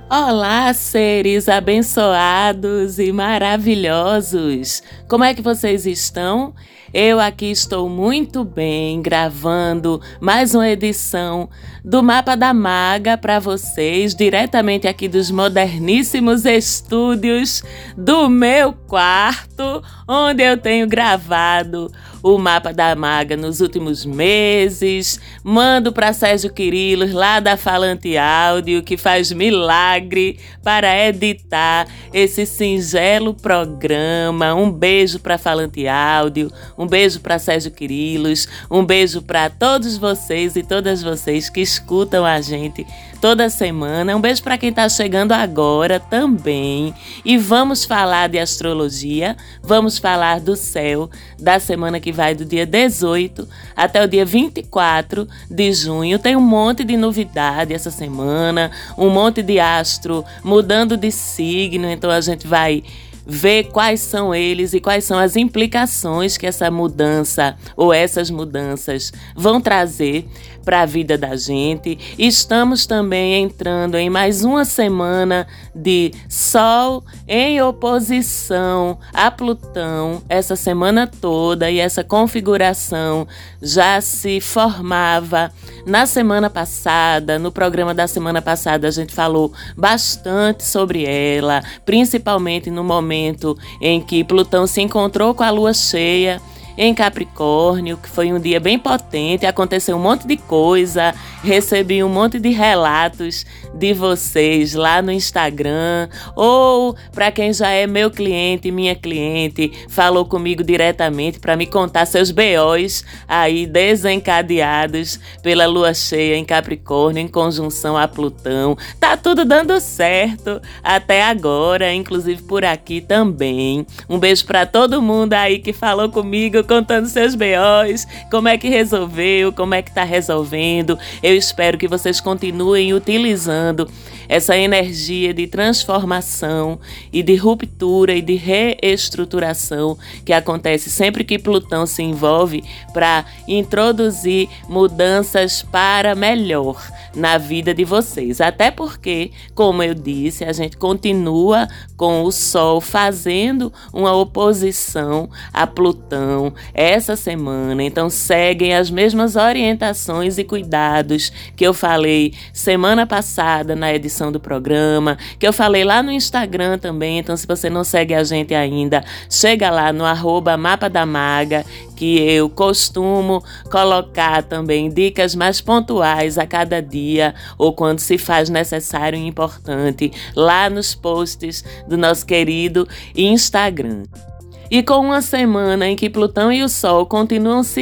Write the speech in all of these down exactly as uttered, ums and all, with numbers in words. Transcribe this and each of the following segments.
Olá, seres abençoados e maravilhosos! Como é que vocês estão? Eu aqui estou muito bem, gravando mais uma edição do Mapa da Maga para vocês, diretamente aqui dos moderníssimos estúdios do meu quarto, onde eu tenho gravado o Mapa da Maga nos últimos meses. Mando para Sérgio Quirilos, lá da Falante Áudio, que faz milagre para editar esse singelo programa. Um beijo para Falante Áudio, um beijo para Sérgio Quirilos, um beijo para todos vocês e todas vocês que escutam a gente toda semana. Um beijo para quem está chegando agora também. E vamos falar de astrologia, vamos falar do céu da semana que vai do dia dezoito até o dia vinte e quatro de junho. Tem um monte de novidade essa semana, um monte de astro mudando de signo, então a gente vai ver quais são eles e quais são as implicações que essa mudança ou essas mudanças vão trazer para a vida da gente. Estamos também entrando em mais uma semana de Sol em oposição a Plutão, essa semana toda, e essa configuração já se formava na semana passada. No programa da semana passada a gente falou bastante sobre ela, principalmente no momento em que Plutão se encontrou com a lua cheia em Capricórnio, que foi um dia bem potente, aconteceu um monte de coisa, recebi um monte de relatos de vocês lá no Instagram, ou para quem já é meu cliente, minha cliente, falou comigo diretamente para me contar seus B Os aí desencadeados pela lua cheia em Capricórnio, em conjunção a Plutão. Tá tudo dando certo até agora, inclusive por aqui também. Um beijo para todo mundo aí que falou comigo, contando seus B Os, como é que resolveu, como é que tá resolvendo. Eu espero que vocês continuem utilizando essa energia de transformação e de ruptura e de reestruturação que acontece sempre que Plutão se envolve para introduzir mudanças para melhor na vida de vocês. Até porque, como eu disse, a gente continua com o Sol fazendo uma oposição a Plutão essa semana. Então seguem as mesmas orientações e cuidados que eu falei semana passada na edição do programa, que eu falei lá no Instagram também. Então, se você não segue a gente ainda, chega lá no arroba Mapa da Maga, que eu costumo colocar também dicas mais pontuais a cada dia, ou quando se faz necessário e importante, lá nos posts do nosso querido Instagram. E com uma semana em que Plutão e o Sol continuam se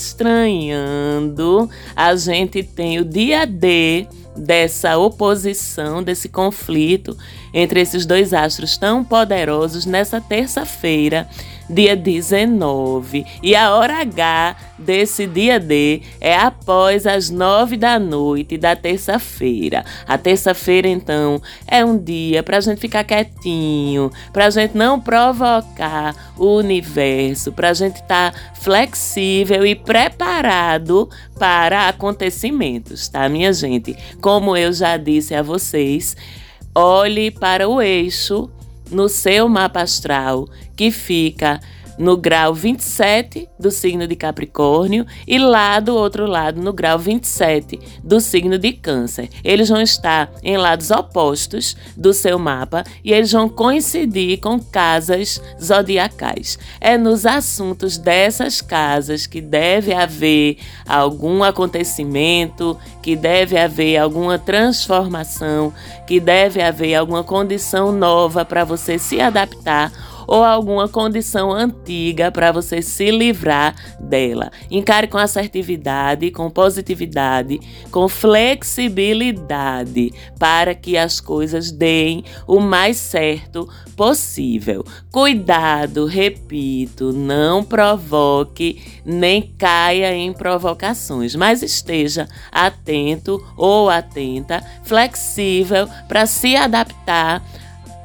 estranhando, a gente tem o dia D dessa oposição, desse conflito entre esses dois astros tão poderosos nessa terça-feira, dia dezenove. E a hora H desse dia D é após as nove da noite da terça-feira. A terça-feira, então, é um dia para a gente ficar quietinho, para a gente não provocar o universo, para a gente estar tá flexível e preparado para acontecimentos, tá, minha gente? Como eu já disse a vocês, olhe para o eixo no seu mapa astral, que fica no grau vinte e sete do signo de Capricórnio e lá do outro lado no grau vinte e sete do signo de Câncer. Eles vão estar em lados opostos do seu mapa e eles vão coincidir com casas zodiacais. É nos assuntos dessas casas que deve haver algum acontecimento, que deve haver alguma transformação, que deve haver alguma condição nova para você se adaptar, ou alguma condição antiga para você se livrar dela. Encare com assertividade, com positividade, com flexibilidade, para que as coisas deem o mais certo possível. Cuidado, repito, não provoque nem caia em provocações, mas esteja atento ou atenta, flexível, para se adaptar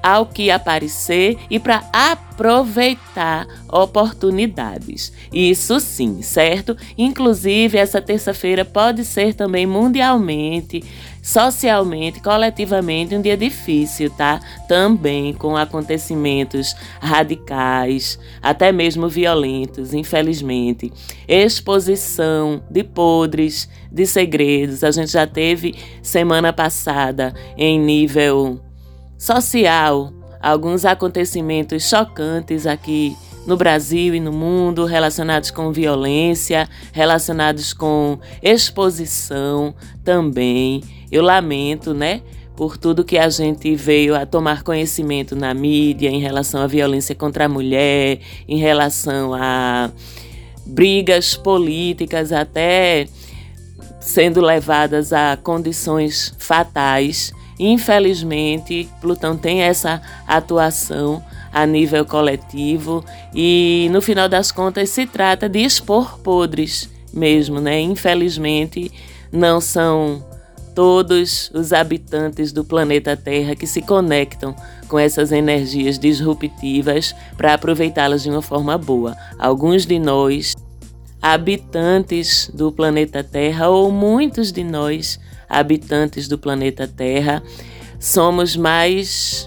ao que aparecer e para aproveitar oportunidades. Isso sim, certo? Inclusive, essa terça-feira pode ser também mundialmente, socialmente, coletivamente, um dia difícil, tá? Também com acontecimentos radicais, até mesmo violentos, infelizmente. Exposição de podres, de segredos. A gente já teve semana passada em nível social alguns acontecimentos chocantes aqui no Brasil e no mundo, relacionados com violência, relacionados com exposição também. Eu lamento, né, por tudo que a gente veio a tomar conhecimento na mídia em relação à violência contra a mulher, em relação a brigas políticas, até sendo levadas a condições fatais. Infelizmente, Plutão tem essa atuação a nível coletivo e, no final das contas, se trata de expor podres mesmo, né? Infelizmente, não são todos os habitantes do planeta Terra que se conectam com essas energias disruptivas para aproveitá-las de uma forma boa. Alguns de nós, habitantes do planeta Terra, ou muitos de nós, habitantes do planeta Terra, somos mais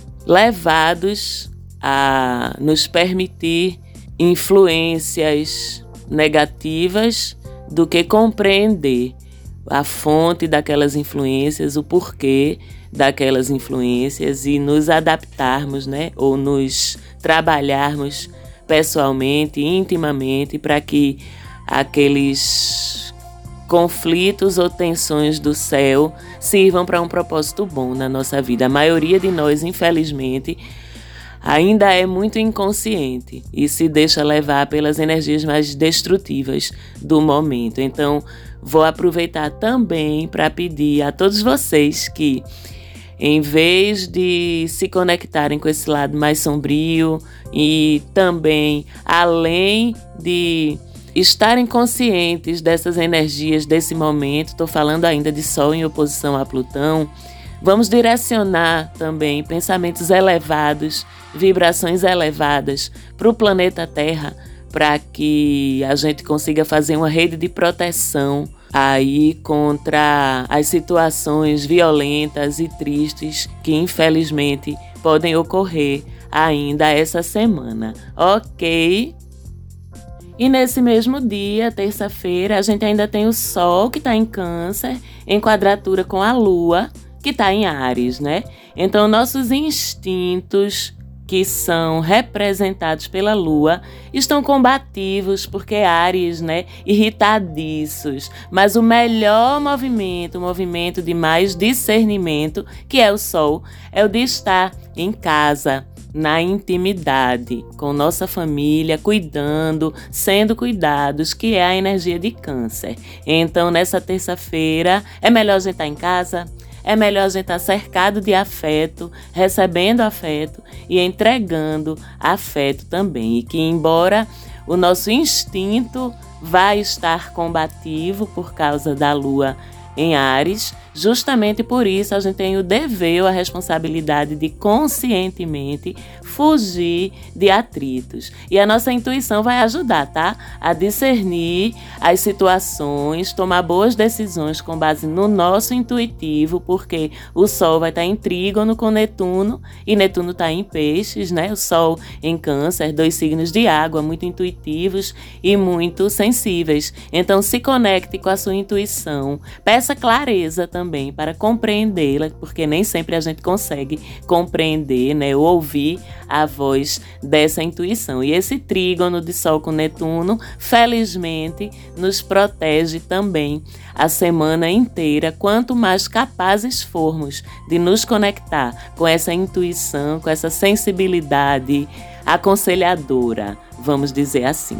levados a nos permitir influências negativas do que compreender a fonte daquelas influências, o porquê daquelas influências e nos adaptarmos, né, ou nos trabalharmos pessoalmente, intimamente, para que aqueles conflitos ou tensões do céu sirvam para um propósito bom na nossa vida. A maioria de nós, infelizmente, ainda é muito inconsciente e se deixa levar pelas energias mais destrutivas do momento. Então, vou aproveitar também para pedir a todos vocês que, em vez de se conectarem com esse lado mais sombrio e também, além de estarem conscientes dessas energias desse momento, estou falando ainda de Sol em oposição a Plutão, vamos direcionar também pensamentos elevados, vibrações elevadas para o planeta Terra, para que a gente consiga fazer uma rede de proteção aí contra as situações violentas e tristes que infelizmente podem ocorrer ainda essa semana, ok? E nesse mesmo dia, terça-feira, a gente ainda tem o Sol, que está em Câncer, em quadratura com a Lua, que está em Áries, né? Então, nossos instintos, que são representados pela Lua, estão combativos, porque Áries, né, irritadiços. Mas o melhor movimento, o movimento de mais discernimento, que é o Sol, é o de estar em casa, na intimidade, com nossa família, cuidando, sendo cuidados, que é a energia de Câncer. Então, nessa terça-feira, é melhor a gente estar em casa, é melhor a gente estar cercado de afeto, recebendo afeto e entregando afeto também. E que, embora o nosso instinto vá estar combativo por causa da Lua em Áries, justamente por isso a gente tem o dever ou a responsabilidade de conscientemente fugir de atritos. E a nossa intuição vai ajudar, tá? A discernir as situações, tomar boas decisões com base no nosso intuitivo, porque o Sol vai estar em trígono com Netuno e Netuno está em Peixes, né? O Sol em Câncer, dois signos de água, muito intuitivos e muito sensíveis. Então se conecte com a sua intuição, peça clareza também para compreendê-la, porque nem sempre a gente consegue compreender, né, ou ouvir a voz dessa intuição. E esse trígono de Sol com Netuno, felizmente, nos protege também a semana inteira, quanto mais capazes formos de nos conectar com essa intuição, com essa sensibilidade aconselhadora, vamos dizer assim.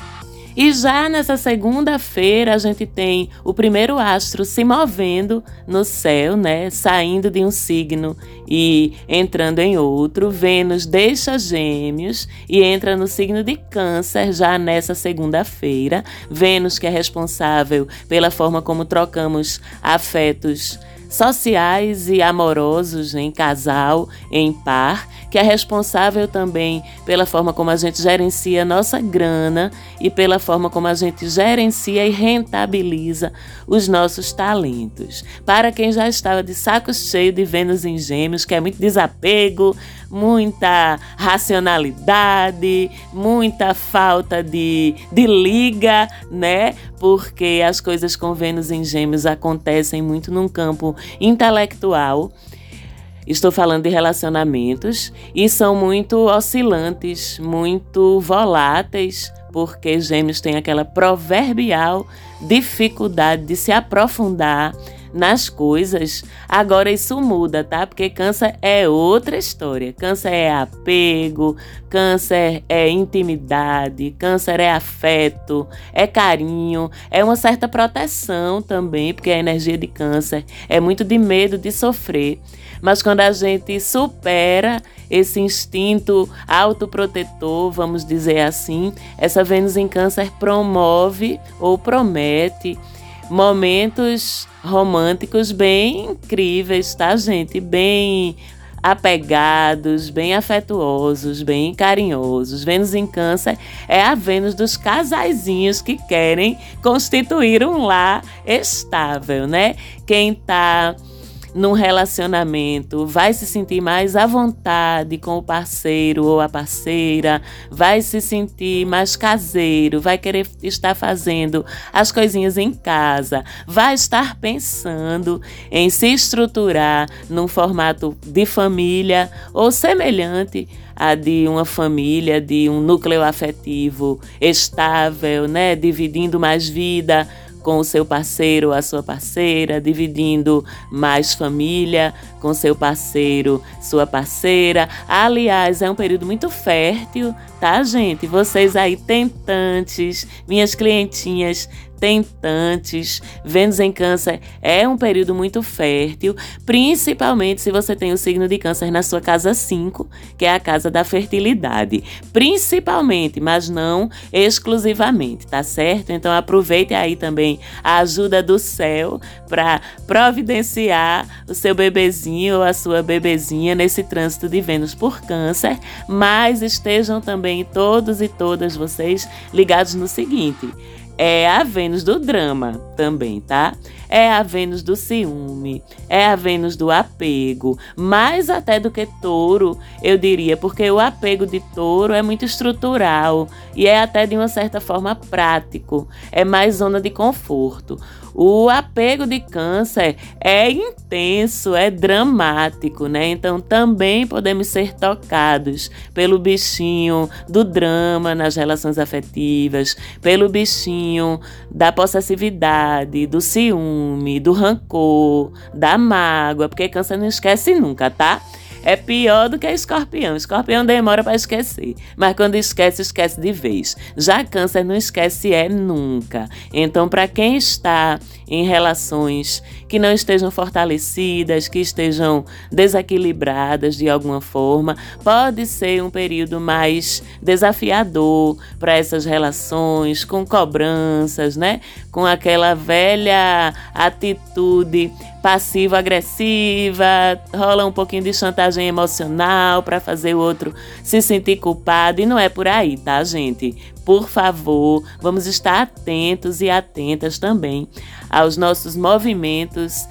E já nessa segunda-feira a gente tem o primeiro astro se movendo no céu, né? Saindo de um signo e entrando em outro. Vênus deixa Gêmeos e entra no signo de Câncer já nessa segunda-feira. Vênus, que é responsável pela forma como trocamos afetos sociais e amorosos em casal, em par, que é responsável também pela forma como a gente gerencia a nossa grana e pela forma como a gente gerencia e rentabiliza os nossos talentos. Para quem já estava de saco cheio de Vênus em Gêmeos, que é muito desapego, muita racionalidade, muita falta de, de liga, né? Porque as coisas com Vênus em Gêmeos acontecem muito num campo intelectual. Estou falando de relacionamentos e são muito oscilantes, muito voláteis, porque Gêmeos tem aquela proverbial dificuldade de se aprofundar nas coisas. Agora isso muda, tá? Porque Câncer é outra história. Câncer é apego, Câncer é intimidade, Câncer é afeto, é carinho, é uma certa proteção também, porque a energia de Câncer é muito de medo de sofrer. Mas quando a gente supera esse instinto autoprotetor, vamos dizer assim, essa Vênus em Câncer promove ou promete momentos românticos bem incríveis, tá, gente? Bem apegados, bem afetuosos, bem carinhosos. Vênus em Câncer é a Vênus dos casaizinhos que querem constituir um lar estável, né? Quem tá num relacionamento vai se sentir mais à vontade com o parceiro ou a parceira, vai se sentir mais caseiro, vai querer estar fazendo as coisinhas em casa, vai estar pensando em se estruturar num formato de família ou semelhante a de uma família, de um núcleo afetivo estável, né? Dividindo mais vida com o seu parceiro ou a sua parceira, dividindo mais família com seu parceiro, sua parceira. Aliás, é um período muito fértil, tá, gente? Vocês aí tentantes, minhas clientinhas tentantes, Vênus em Câncer é um período muito fértil, principalmente se você tem o signo de Câncer na sua casa cinco, que é a casa da fertilidade. Principalmente, mas não exclusivamente, tá certo? Então aproveite aí também a ajuda do céu para providenciar o seu bebezinho ou a sua bebezinha nesse trânsito de Vênus por Câncer, mas estejam também todos e todas vocês ligados no seguinte: é a Vênus do drama também, tá? É a Vênus do ciúme, é a Vênus do apego, mais até do que Touro, eu diria, porque o apego de Touro é muito estrutural e é até de uma certa forma prático, é mais zona de conforto. O apego de Câncer é intenso, é dramático, né? Então também podemos ser tocados pelo bichinho do drama nas relações afetivas, pelo bichinho da possessividade, do ciúme, do rancor, da mágoa, porque Câncer não esquece nunca, tá? É pior do que Escorpião. Escorpião demora para esquecer, mas quando esquece, esquece de vez. Já Câncer não esquece é nunca. Então, para quem está em relações que não estejam fortalecidas, que estejam desequilibradas de alguma forma, pode ser um período mais desafiador para essas relações, com cobranças, né? Com aquela velha atitude passivo-agressiva, rola um pouquinho de chantagem emocional para fazer o outro se sentir culpado, e não é por aí, tá, gente? Por favor, vamos estar atentos e atentas também aos nossos movimentos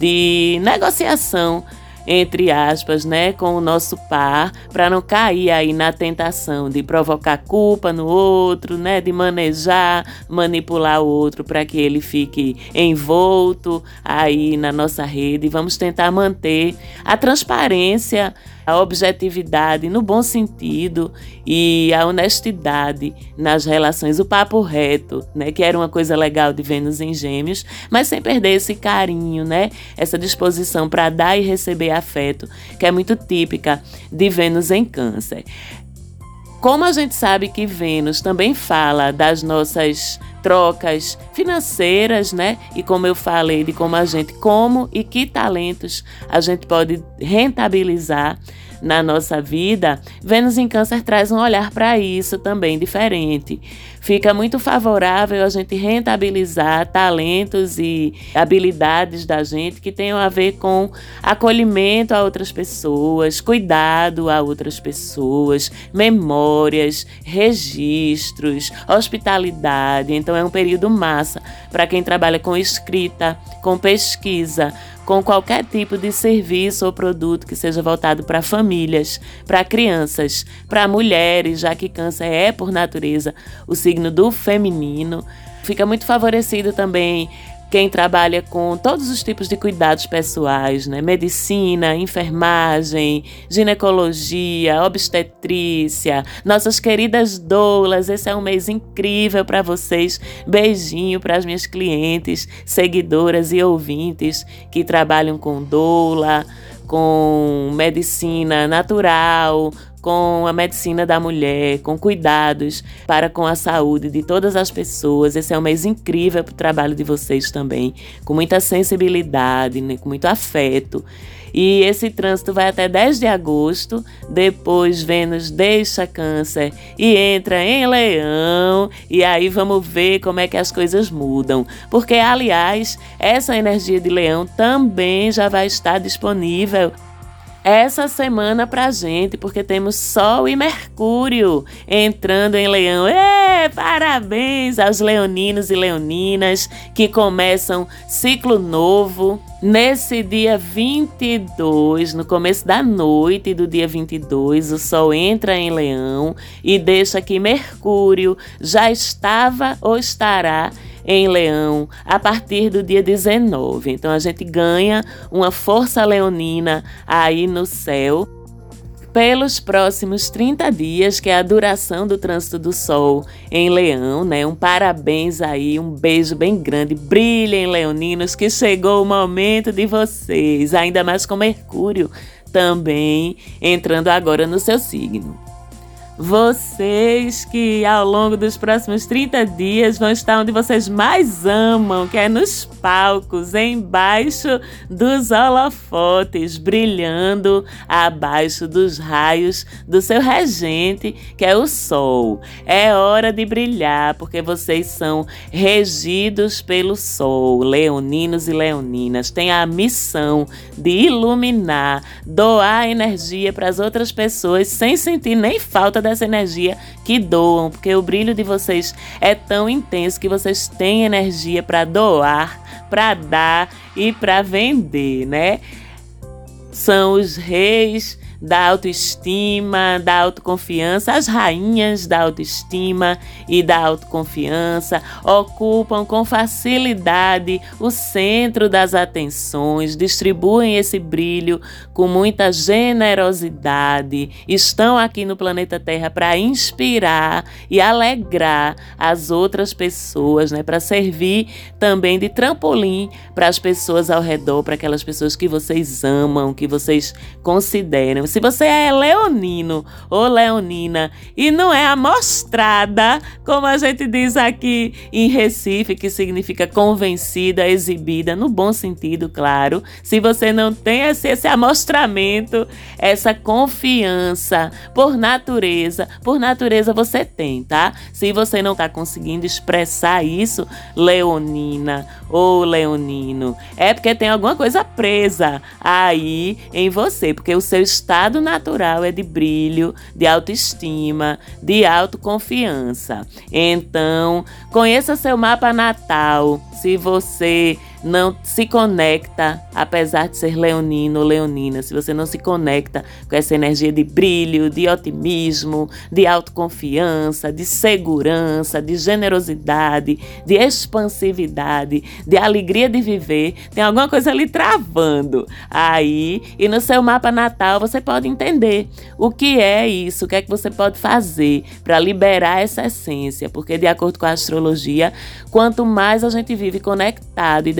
de negociação, entre aspas, né, com o nosso par, para não cair aí na tentação de provocar culpa no outro, né, de manejar, manipular o outro para que ele fique envolto aí na nossa rede. Vamos tentar manter a transparência, a objetividade no bom sentido e a honestidade nas relações, o papo reto, né, que era uma coisa legal de Vênus em Gêmeos, mas sem perder esse carinho, né, essa disposição para dar e receber afeto, que é muito típica de Vênus em Câncer. Como a gente sabe que Vênus também fala das nossas trocas financeiras, né? E como eu falei, de como a gente, como e que talentos a gente pode rentabilizar na nossa vida, Vênus em Câncer traz um olhar para isso também diferente. Fica muito favorável a gente rentabilizar talentos e habilidades da gente que tenham a ver com acolhimento a outras pessoas, cuidado a outras pessoas, memórias, registros, hospitalidade. Então é um período massa para quem trabalha com escrita, com pesquisa, com qualquer tipo de serviço ou produto que seja voltado para famílias, para crianças, para mulheres, já que Câncer é, por natureza, o signo do feminino. Fica muito favorecido também quem trabalha com todos os tipos de cuidados pessoais, né? Medicina, enfermagem, ginecologia, obstetrícia, nossas queridas doulas. Esse é um mês incrível para vocês. Beijinho para as minhas clientes, seguidoras e ouvintes que trabalham com doula, com medicina natural, com a medicina da mulher, com cuidados para com a saúde de todas as pessoas. Esse é um mês incrível para o trabalho de vocês também, com muita sensibilidade, né, com muito afeto. E esse trânsito vai até dez de agosto, depois Vênus deixa Câncer e entra em Leão, e aí vamos ver como é que as coisas mudam. Porque, aliás, essa energia de Leão também já vai estar disponível essa semana pra gente, porque temos Sol e Mercúrio entrando em Leão. Ê, parabéns aos leoninos e leoninas que começam ciclo novo nesse dia vinte e dois, no começo da noite do dia vinte e dois. O Sol entra em Leão e deixa que Mercúrio já estava ou estará em Leão a partir do dia dezenove. Então a gente ganha uma força leonina aí no céu pelos próximos trinta dias, que é a duração do trânsito do Sol em Leão, né? Um parabéns aí, um beijo bem grande. Brilhem, leoninos, que chegou o momento de vocês, ainda mais com Mercúrio também entrando agora no seu signo. Vocês que ao longo dos próximos trinta dias vão estar onde vocês mais amam, que é nos palcos, embaixo dos holofotes, brilhando abaixo dos raios do seu regente, que é o Sol. É hora de brilhar, porque vocês são regidos pelo Sol, leoninos e leoninas. Têm a missão de iluminar, doar energia para as outras pessoas sem sentir nem falta dessa energia que doam, porque o brilho de vocês é tão intenso que vocês têm energia para doar, para dar e para vender, né? São os reis da autoestima, da autoconfiança. As rainhas da autoestima e da autoconfiança ocupam com facilidade o centro das atenções, distribuem esse brilho com muita generosidade, estão aqui no planeta Terra para inspirar e alegrar as outras pessoas, né? Para servir também de trampolim para as pessoas ao redor, para aquelas pessoas que vocês amam, que vocês consideram. Se você é leonino ou leonina e não é amostrada, como a gente diz aqui em Recife, que significa convencida, exibida, no bom sentido, claro. Se você não tem esse, esse amostramento, essa confiança por natureza, por natureza você tem, tá? Se você não está conseguindo expressar isso, leonina ou leonino, é porque tem alguma coisa presa aí em você, porque o seu estado natural é de brilho, de autoestima, de autoconfiança. Então, conheça seu mapa natal. Se você não se conecta, apesar de ser leonino ou leonina, se você não se conecta com essa energia de brilho, de otimismo, de autoconfiança, de segurança, de generosidade, de expansividade, de alegria de viver, tem alguma coisa ali travando aí, e no seu mapa natal você pode entender o que é isso, o que é que você pode fazer para liberar essa essência, porque de acordo com a astrologia, quanto mais a gente vive conectado e deixando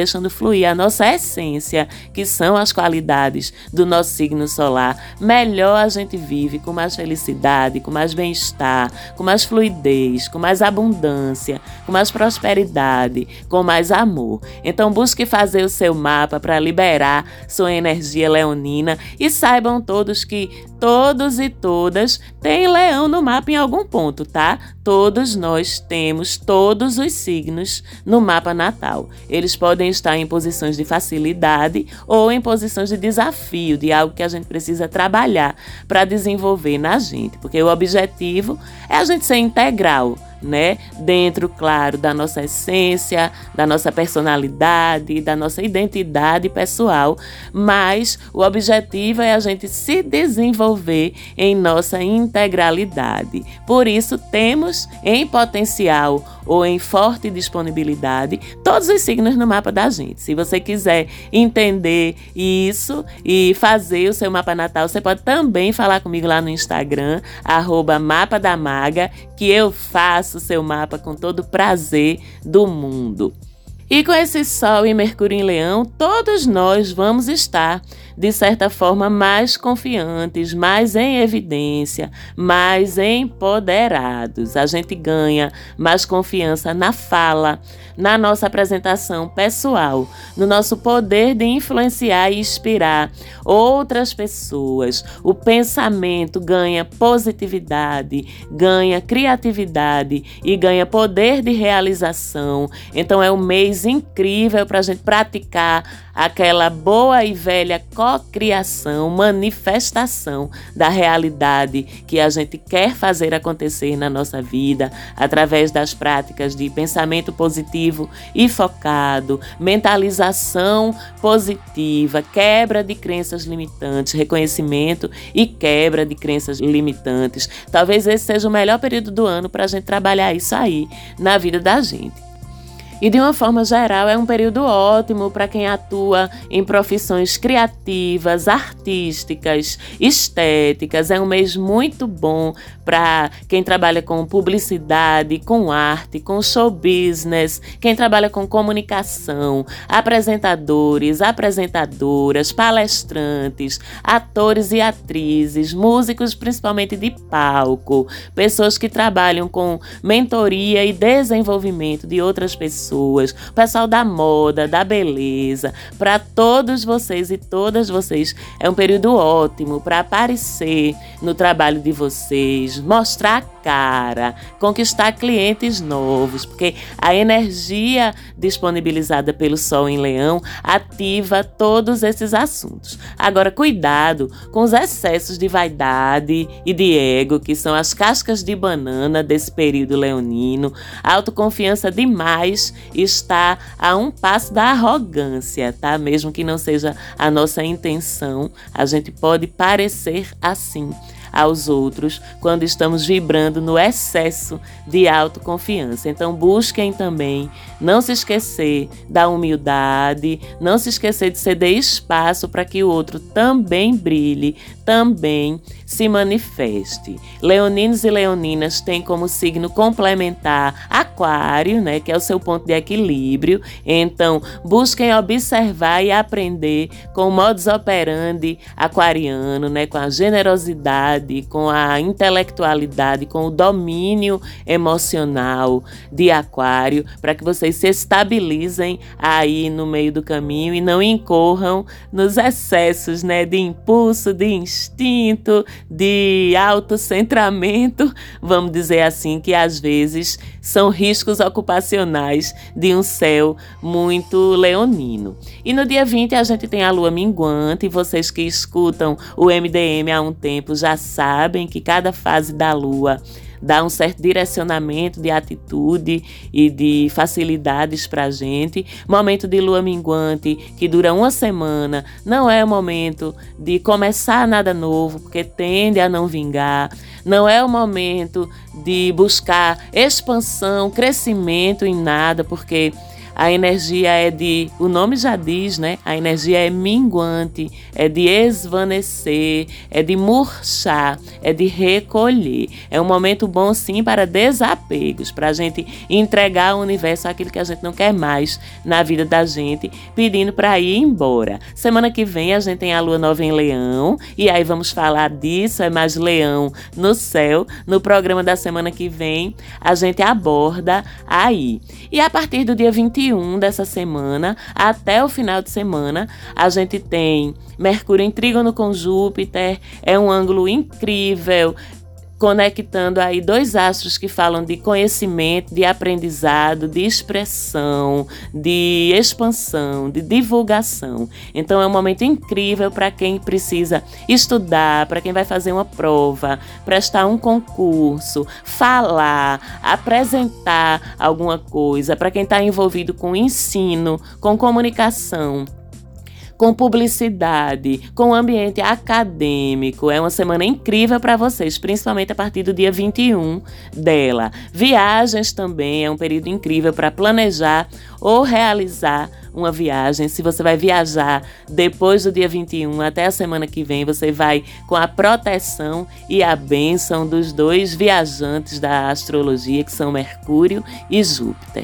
deixando fluir a nossa essência, que são as qualidades do nosso signo solar, melhor a gente vive, com mais felicidade, com mais bem-estar, com mais fluidez, com mais abundância, com mais prosperidade, com mais amor. Então busque fazer o seu mapa para liberar sua energia leonina e saibam todos que todos e todas têm leão no mapa em algum ponto, tá? Todos nós temos todos os signos no mapa natal. Eles podem estar em posições de facilidade ou em posições de desafio, de algo que a gente precisa trabalhar para desenvolver na gente, porque o objetivo é a gente ser integral, né? Dentro, claro, da nossa essência, da nossa personalidade, da nossa identidade pessoal, mas o objetivo é a gente se desenvolver em nossa integralidade. Por isso, temos em potencial ou em forte disponibilidade todos os signos no mapa da gente. Se você quiser entender isso e fazer o seu mapa natal, você pode também falar comigo lá no Instagram, arroba mapa da maga, que eu faço o seu mapa com todo o prazer do mundo. E com esse Sol e Mercúrio em Leão, todos nós vamos estar, de certa forma, mais confiantes, mais em evidência, mais empoderados. A gente ganha mais confiança na fala, na nossa apresentação pessoal, no nosso poder de influenciar e inspirar outras pessoas. O pensamento ganha positividade, ganha criatividade e ganha poder de realização. Então é um mês incrível para a gente praticar aquela boa e velha cocriação, manifestação da realidade que a gente quer fazer acontecer na nossa vida através das práticas de pensamento positivo e focado, mentalização positiva, quebra de crenças limitantes, reconhecimento e quebra de crenças limitantes. Talvez esse seja o melhor período do ano para a gente trabalhar isso aí na vida da gente. E de uma forma geral é um período ótimo para quem atua em profissões criativas, artísticas, estéticas. É um mês muito bom para quem trabalha com publicidade, com arte, com show business, quem trabalha com comunicação, apresentadores, apresentadoras, palestrantes, atores e atrizes, músicos principalmente de palco, pessoas que trabalham com mentoria e desenvolvimento de outras pessoas. Pessoas, o pessoal da moda, da beleza, para todos vocês e todas vocês é um período ótimo para aparecer no trabalho de vocês, mostrar a cara, conquistar clientes novos, porque a energia disponibilizada pelo Sol em Leão ativa todos esses assuntos. Agora, cuidado com os excessos de vaidade e de ego, que são as cascas de banana desse período leonino. A autoconfiança demais está a um passo da arrogância, tá? Mesmo que não seja a nossa intenção, a gente pode parecer assim aos outros quando estamos vibrando no excesso de autoconfiança. Então busquem também não se esquecer da humildade, não se esquecer de ceder espaço para que o outro também brilhe, também se manifeste. Leoninos e leoninas têm como signo complementar Aquário, né, que é o seu ponto de equilíbrio. Então busquem observar e aprender com o modus operandi aquariano, né, com a generosidade, com a intelectualidade, com o domínio emocional de Aquário, para que vocês se estabilizem aí no meio do caminho e não incorram nos excessos, né, de impulso, de instinto, de autocentramento, vamos dizer assim, que às vezes são riscos ocupacionais de um céu muito leonino. E no dia vinte a gente tem a lua minguante, e vocês que escutam o M D M há um tempo já sabem que cada fase da lua dá um certo direcionamento de atitude e de facilidades para a gente. Momento de lua minguante, que dura uma semana, não é o momento de começar nada novo, porque tende a não vingar. Não é o momento de buscar expansão, crescimento em nada, porque A energia é de, o nome já diz, né? A energia é minguante, é de esvanecer, é de murchar, é de recolher. É um momento bom, sim, para desapegos, para a gente entregar ao universo aquilo que a gente não quer mais na vida da gente, pedindo para ir embora. Semana que vem a gente tem a lua nova em Leão, e aí vamos falar disso, é mais Leão no céu. No programa da semana que vem, a gente aborda aí. E a partir do dia vinte e um dessa semana, até o final de semana, a gente tem Mercúrio em trígono com Júpiter, é um ângulo incrível, conectando aí dois astros que falam de conhecimento, de aprendizado, de expressão, de expansão, de divulgação. Então é um momento incrível para quem precisa estudar, para quem vai fazer uma prova, prestar um concurso, falar, apresentar alguma coisa, para quem está envolvido com ensino, com comunicação, com publicidade, com ambiente acadêmico. É uma semana incrível para vocês, principalmente a partir do dia vinte e um dela. Viagens também é um período incrível para planejar ou realizar uma viagem. Se você vai viajar depois do dia vinte e um até a semana que vem, você vai com a proteção e a bênção dos dois viajantes da astrologia, que são Mercúrio e Júpiter.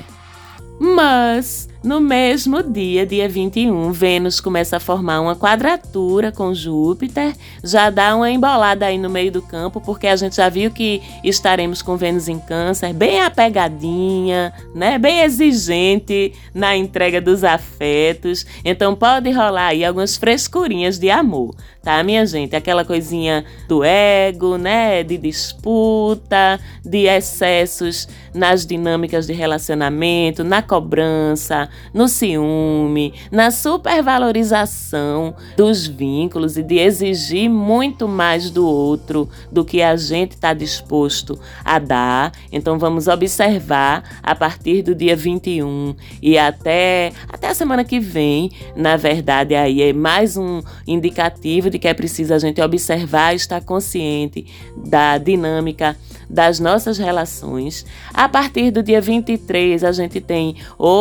Mas no mesmo dia, dia vinte e um, Vênus começa a formar uma quadratura com Júpiter, já dá uma embolada aí no meio do campo, porque a gente já viu que estaremos com Vênus em Câncer, bem apegadinha, né? Bem exigente na entrega dos afetos, então pode rolar aí algumas frescurinhas de amor, tá, minha gente? Aquela coisinha do ego, né? De disputa, de excessos nas dinâmicas de relacionamento, na cobrança, no ciúme, na supervalorização dos vínculos e de exigir muito mais do outro do que a gente está disposto a dar. Então vamos observar a partir do dia vinte e um e até, até a semana que vem. Na verdade, aí é mais um indicativo de que é preciso a gente observar e estar consciente da dinâmica das nossas relações. A partir do dia vinte e três, a gente tem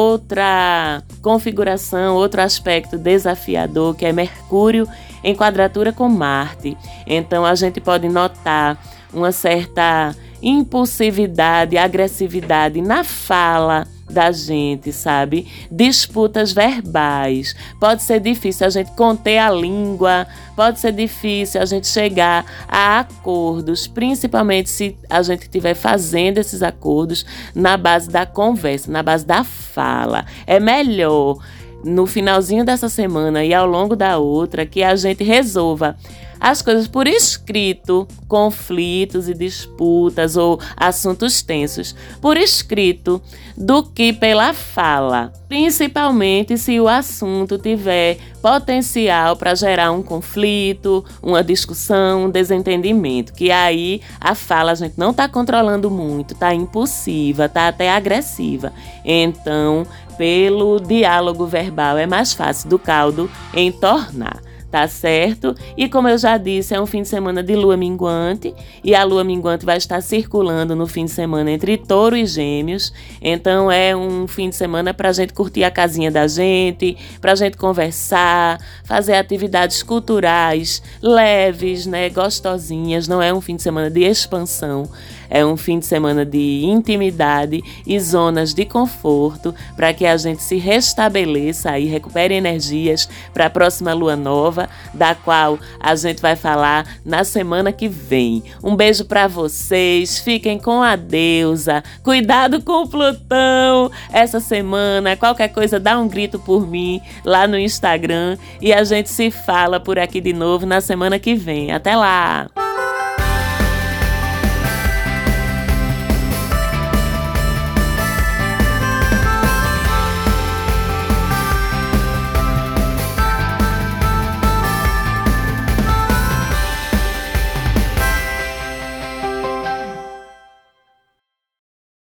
outra configuração, outro aspecto desafiador, que é Mercúrio em quadratura com Marte. Então, a gente pode notar uma certa impulsividade, agressividade na fala da gente, sabe? Disputas verbais. Pode ser difícil a gente conter a língua, pode ser difícil a gente chegar a acordos, principalmente se a gente estiver fazendo esses acordos na base da conversa, na base da fala. É melhor, no finalzinho dessa semana e ao longo da outra, que a gente resolva as coisas por escrito, conflitos e disputas ou assuntos tensos, por escrito, do que pela fala, principalmente se o assunto tiver potencial para gerar um conflito, uma discussão, um desentendimento, que aí a fala a gente não está controlando muito, está impulsiva, está até agressiva. Então, pelo diálogo verbal é mais fácil do caldo entornar. Tá certo? E como eu já disse, é um fim de semana de lua minguante, e a lua minguante vai estar circulando no fim de semana entre Touro e Gêmeos. Então é um fim de semana para a gente curtir a casinha da gente, para a gente conversar, fazer atividades culturais leves, né, gostosinhas. Não é um fim de semana de expansão. É um fim de semana de intimidade e zonas de conforto para que a gente se restabeleça e recupere energias para a próxima lua nova, da qual a gente vai falar na semana que vem. Um beijo para vocês, fiquem com a deusa, cuidado com o Plutão essa semana. Qualquer coisa, dá um grito por mim lá no Instagram e a gente se fala por aqui de novo na semana que vem. Até lá!